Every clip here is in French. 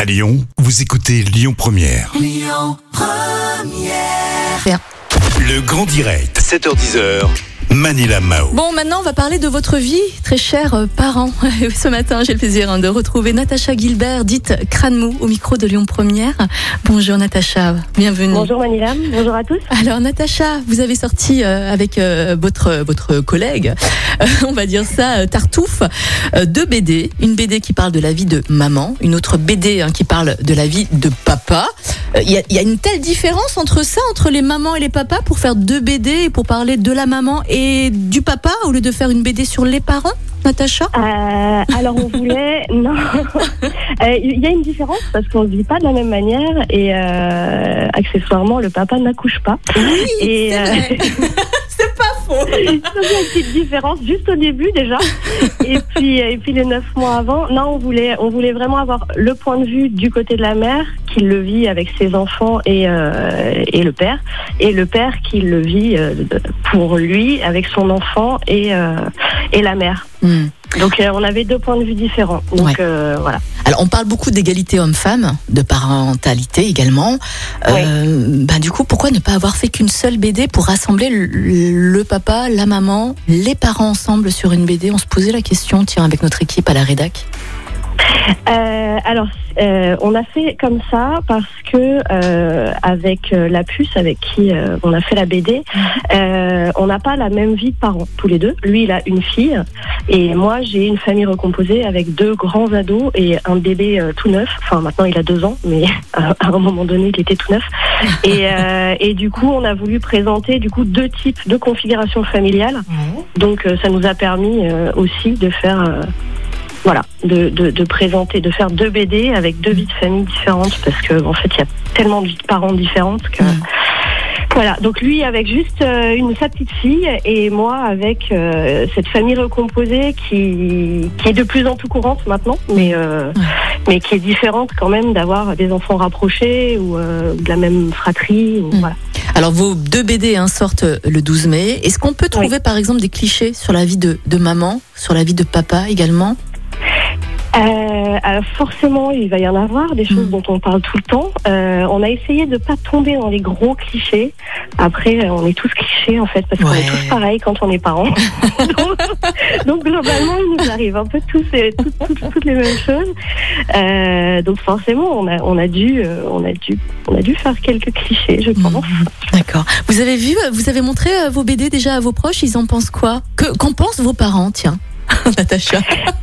À Lyon, vous écoutez Lyon Première. Lyon Première. Le grand direct, 7h10, Manila Mao. Bon, maintenant, on va parler de votre vie, très chers parents. Ce matin, j'ai le plaisir de retrouver Natacha Gilbert, dite Crâne Mou, au micro de Lyon Première. Bonjour Natacha, bienvenue. Bonjour Manila, bonjour à tous. Alors Natacha, vous avez sorti avec votre collègue, on va dire ça, Tartouffe, deux BD. Une BD qui parle de la vie de maman, une autre BD qui parle de la vie de papa. Il y a une telle différence entre ça, entre les mamans et les papas, pour faire deux BD et pour parler de la maman et du papa, au lieu de faire une BD sur les parents, Natacha? Alors on voulait... Non. Il y a une différence parce qu'on ne vit pas de la même manière et accessoirement, le papa n'accouche pas. Oui, et, c'est vrai. C'est pas faux. Il y a une petite différence juste au début déjà. Et puis les 9 mois avant, non, on voulait vraiment avoir le point de vue du côté de la mère qui le vit avec ses enfants et le père, et le père qui le vit pour lui avec son enfant et la mère. Donc on avait deux points de vue différents. Donc voilà. Alors on parle beaucoup d'égalité homme-femme, de parentalité également. Du coup, pourquoi ne pas avoir fait qu'une seule BD pour rassembler le papa, la maman, les parents ensemble sur une BD? On se posait la question, tiens, avec notre équipe à la rédac. On a fait comme ça parce que avec la puce avec qui on a fait la BD, on n'a pas la même vie de parents tous les deux. Lui, il a une fille et moi, j'ai une famille recomposée avec deux grands ados et un bébé tout neuf. Enfin, maintenant, il a 2 ans, mais à un moment donné, il était tout neuf. Et du coup, on a voulu présenter deux types de configurations familiales. Donc, ça nous a permis aussi de faire... de présenter, de faire 2 BD avec 2 vies de famille différentes parce que en fait il y a tellement de vies de parents différentes que voilà. Donc lui avec juste sa petite fille et moi avec cette famille recomposée qui est de plus en plus courante maintenant, mais qui est différente quand même d'avoir des enfants rapprochés ou de la même fratrie. Voilà. Alors vos 2 BD sortent le 12 mai. Est-ce qu'on peut trouver par exemple des clichés sur la vie de maman, sur la vie de papa également? Alors forcément, il va y en avoir des choses dont on parle tout le temps. On a essayé de pas tomber dans les gros clichés. Après, on est tous clichés en fait, parce qu'on est tous pareils quand on est parents. donc globalement, il nous arrive un peu toutes les mêmes choses. Donc forcément, on a dû faire quelques clichés, je pense. D'accord. Vous avez montré vos BD déjà à vos proches. Ils en pensent quoi? Qu'en pensent vos parents, tiens? Natacha.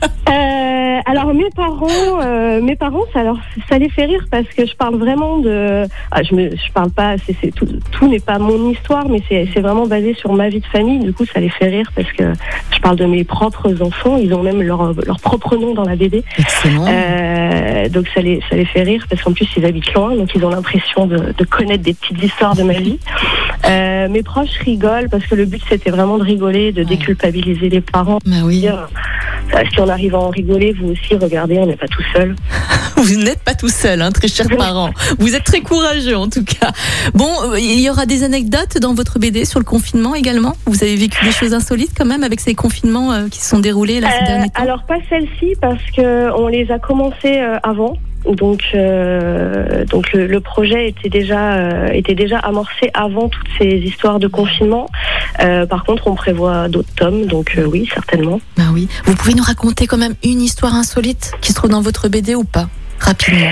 Alors mes parents, ça les fait rire parce que je parle vraiment de. Je parle pas. Tout n'est pas mon histoire, mais c'est vraiment basé sur ma vie de famille. Du coup, ça les fait rire parce que je parle de mes propres enfants. Ils ont même leur propre nom dans la BD. Excellent. Donc ça les fait rire parce qu'en plus ils habitent loin, donc ils ont l'impression de connaître des petites histoires de ma vie. Mes proches rigolent parce que le but c'était vraiment de rigoler, de déculpabiliser les parents. Bah oui. Si on arrive à en rigoler, vous aussi, regardez, on n'est pas tout seul. Vous n'êtes pas tout seul, très chers parents. Vous êtes très courageux, en tout cas. Bon, il y aura des anecdotes dans votre BD sur le confinement également. Vous avez vécu des choses insolites quand même avec ces confinements qui se sont déroulés là, ces derniers temps? Alors, pas celle-ci, parce qu'on les a commencés avant. Donc le projet était déjà amorcé avant toutes ces histoires de confinement. Par contre, on prévoit d'autres tomes, donc oui, certainement. Bah oui. Vous pouvez nous raconter quand même une histoire insolite qui se trouve dans votre BD ou pas? Rapidement.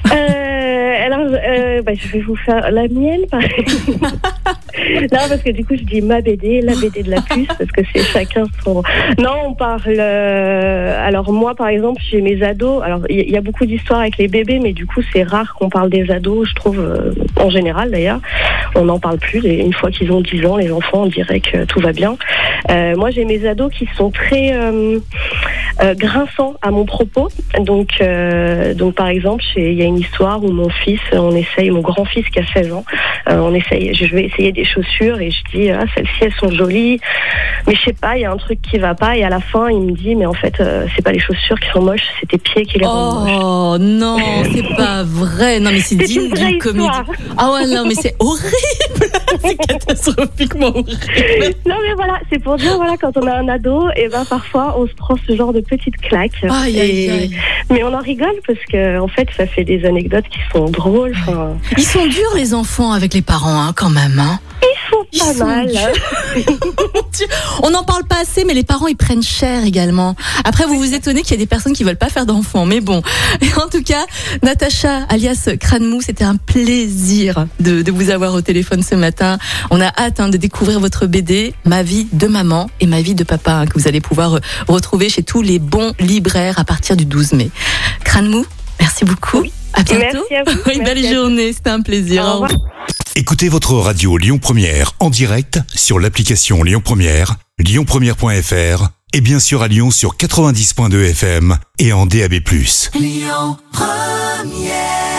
Je vais vous faire la mienne. Non, parce que du coup, je dis ma BD, la BD de la puce, parce que c'est chacun son... Non, on parle... Alors moi, par exemple, j'ai mes ados. Alors, il y a beaucoup d'histoires avec les bébés, mais du coup, c'est rare qu'on parle des ados, je trouve, en général d'ailleurs. On n'en parle plus. Une fois qu'ils ont 10 ans, les enfants, on dirait que tout va bien. Moi, j'ai mes ados qui sont très grinçants à mon propos. Donc par exemple, il y a une histoire où mon grand-fils qui a 16 ans, je vais essayer des chaussures et je dis celles-ci elles sont jolies, mais je sais pas, il y a un truc qui va pas, et à la fin il me dit mais en fait c'est pas les chaussures qui sont moches, c'est tes pieds qui les rendent moches. Oh non, c'est pas vrai. Non mais c'est digne d'une comédie. Ah ouais, non mais c'est horrible. C'est catastrophiquement horrible. Non mais voilà, c'est pour dire quand on a un ado, et parfois on se prend ce genre de petites claques. Aïe. Mais on en rigole parce que en fait ça fait des anecdotes qui sont drôles. Ils sont durs les enfants avec les parents quand même. Ils sont pas mal. On n'en parle pas assez, mais les parents ils prennent cher également. Après vous vous étonnez qu'il y a des personnes qui veulent pas faire d'enfants, mais bon. Et en tout cas, Natacha alias Crane-Mou, c'était un plaisir de vous avoir au téléphone ce matin. On a hâte de découvrir votre BD, Ma vie de maman et Ma vie de papa, que vous allez pouvoir retrouver chez tous les bons libraires à partir du 12 mai. Crane-Mou, merci beaucoup. Oui. À bientôt. Merci à vous. Une belle journée, c'était un plaisir. Au revoir. Écoutez votre radio Lyon Première en direct sur l'application Lyon Première, lyonpremière.fr et bien sûr à Lyon sur 90.2 FM et en DAB+. Lyon Première.